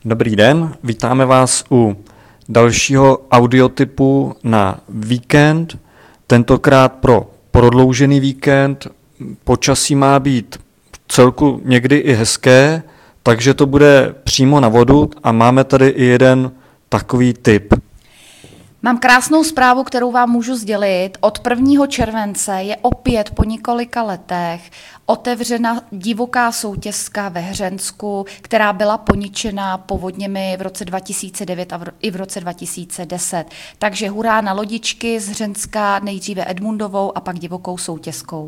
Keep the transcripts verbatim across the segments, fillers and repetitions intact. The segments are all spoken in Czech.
Dobrý den, vítáme vás u dalšího audiotypu na víkend, tentokrát pro prodloužený víkend. Počasí má být v celku někdy i hezké, takže to bude přímo na vodu a máme tady i jeden takový tip. Mám krásnou zprávu, kterou vám můžu sdělit. Od prvního července je opět po několika letech otevřena divoká soutězka ve Hřensku, která byla poničena povodněmi v roce dva tisíce devět a v, i v roce dva tisíce deset. Takže hurá na lodičky z Hřenska, nejdříve Edmundovou a pak divokou soutězkou.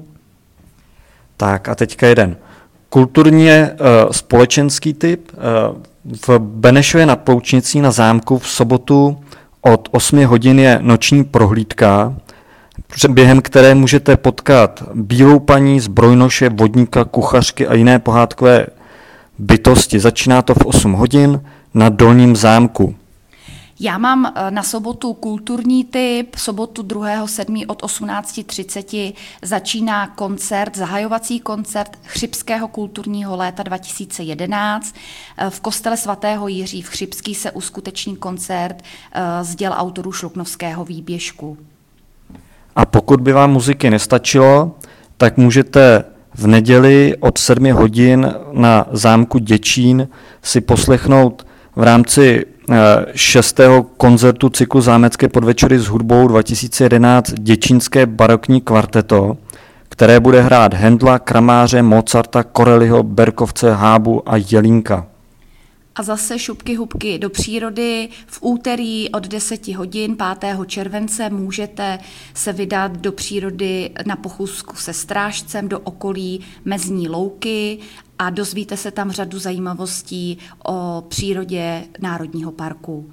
Tak a teďka jeden kulturně uh, společenský tip. Uh, v Benešově nad Poučnicí na zámku v sobotu od osmi hodin je noční prohlídka, během které můžete potkat bílou paní, zbrojnoše, vodníka, kuchařky a jiné pohádkové bytosti. Začíná to v osm hodin na Dolním zámku. Já mám na sobotu kulturní tip. Sobotu druhého sedmého od osmnáct třicet začíná koncert, zahajovací koncert Chřibského kulturního léta dva tisíce jedenáct. V kostele svatého Jiří v Chřibský se uskuteční koncert z děl autorů Šluknovského výběžku. A pokud by vám muziky nestačilo, tak můžete v neděli od sedmi hodin na zámku Děčín si poslechnout v rámci šestého koncertu cyklu Zámecké podvečery s hudbou dva tisíce jedenáct děčínské barokní kvarteto, které bude hrát Händla, Kramáře, Mozarta, Corelliho, Berkovce, Hábu a Jelínka. A zase šupky hubky do přírody. V úterý od deseti hodin pátého července můžete se vydat do přírody na pochůzku se strážcem do okolí Mezní louky a dozvíte se tam řadu zajímavostí o přírodě Národního parku.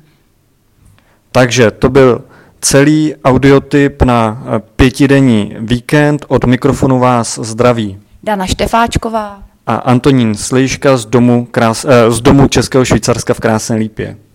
Takže to byl celý audiotyp na pětidenní víkend. Od mikrofonu vás zdraví Dana Štefáčková a Antonín Slejška z domu, krás, z domu Českého Švýcarska v Krásné Lípě.